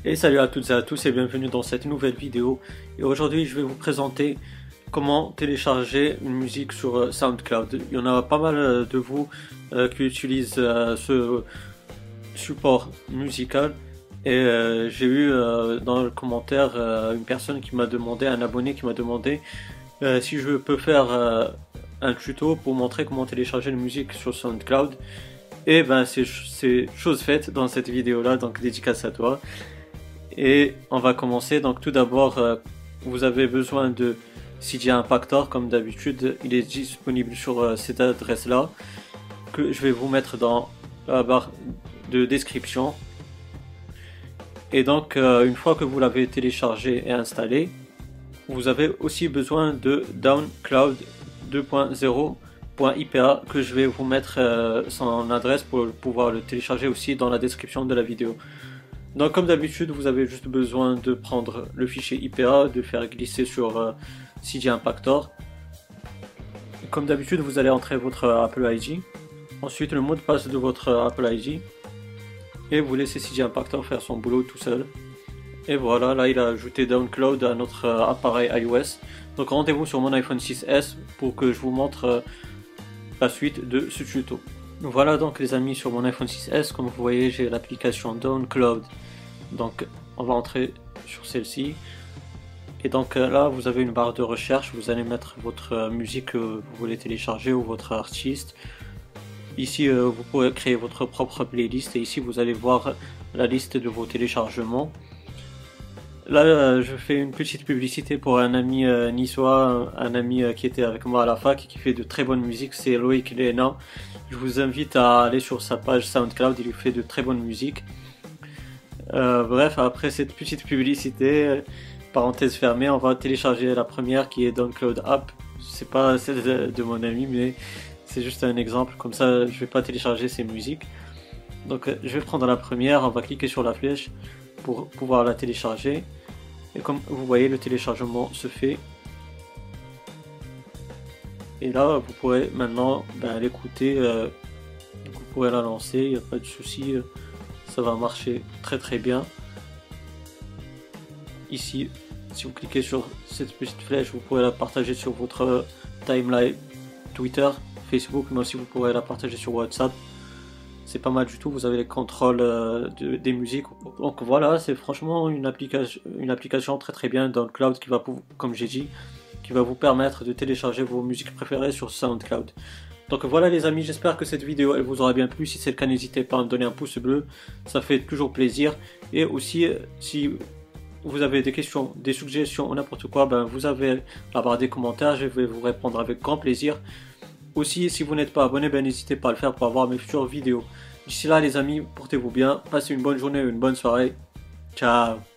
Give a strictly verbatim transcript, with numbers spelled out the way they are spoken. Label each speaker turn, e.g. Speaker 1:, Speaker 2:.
Speaker 1: Et salut à toutes et à tous et bienvenue dans cette nouvelle vidéo. Et aujourd'hui je vais vous présenter comment télécharger une musique sur SoundCloud. Il y en a pas mal de vous euh, qui utilisent euh, ce support musical. Et euh, j'ai eu euh, dans le commentaire euh, une personne qui m'a demandé, un abonné qui m'a demandé euh, si je peux faire euh, un tuto pour montrer comment télécharger une musique sur SoundCloud. Et ben c'est chose faite dans cette vidéo là, donc dédicace à toi. Et on va commencer. Donc tout d'abord euh, vous avez besoin de C D Impactor comme d'habitude. Il est disponible sur euh, cette adresse là que je vais vous mettre dans la barre de description. Et donc euh, une fois que vous l'avez téléchargé et installé, vous avez aussi besoin de Downcloud deux point zéro point I P A que je vais vous mettre euh, son adresse pour pouvoir le télécharger aussi dans la description de la vidéo. Donc comme d'habitude vous avez juste besoin de prendre le fichier I P A, de faire glisser sur euh, C D Impactor. Comme d'habitude vous allez entrer votre Apple I D, ensuite le mot de passe de votre Apple I D et vous laissez C D Impactor faire son boulot tout seul. Et voilà, là il a ajouté Downcloud à notre euh, appareil iOS. Donc rendez-vous sur mon iPhone six S pour que je vous montre euh, la suite de ce tuto. Voilà donc les amis, sur mon iPhone six S, comme vous voyez j'ai l'application Downcloud. Donc on va entrer sur celle-ci. Et donc là vous avez une barre de recherche, vous allez mettre votre musique que vous voulez télécharger ou votre artiste. Ici euh, vous pourrez créer votre propre playlist et ici vous allez voir la liste de vos téléchargements. Là euh, je fais une petite publicité pour un ami euh, niçois, un ami euh, qui était avec moi à la fac et qui fait de très bonne musique, c'est Loïc Léna. Je vous invite à aller sur sa page SoundCloud, il fait de très bonne musique. Euh, bref, après cette petite publicité, euh, parenthèse fermée, on va télécharger la première qui est Downcloud App. C'est pas celle de, de mon ami, mais c'est juste un exemple, comme ça je vais pas télécharger ses musiques. Donc euh, je vais prendre la première, on va cliquer sur la flèche pour pouvoir la télécharger. Et comme vous voyez, le téléchargement se fait. Et là, vous pourrez maintenant ben, l'écouter. Euh, vous pourrez la lancer, il n'y a pas de souci. Euh, ça va marcher très très bien. Ici, si vous cliquez sur cette petite flèche, vous pourrez la partager sur votre timeline Twitter, Facebook, mais aussi vous pourrez la partager sur WhatsApp. C'est pas mal du tout, vous avez les contrôles euh, de, des musiques. Donc voilà, c'est franchement une application, une application très très bien dans le cloud qui va, comme j'ai dit, qui va vous permettre de télécharger vos musiques préférées sur SoundCloud. Donc voilà les amis, j'espère que cette vidéo elle vous aura bien plu. Si c'est le cas, n'hésitez pas à me donner un pouce bleu, ça fait toujours plaisir. Et aussi, si vous avez des questions, des suggestions ou n'importe quoi, ben, vous avez la barre des commentaires, je vais vous répondre avec grand plaisir. Aussi, si vous n'êtes pas abonné, ben, n'hésitez pas à le faire pour avoir mes futures vidéos. D'ici là les amis, portez-vous bien, passez une bonne journée, une bonne soirée. Ciao.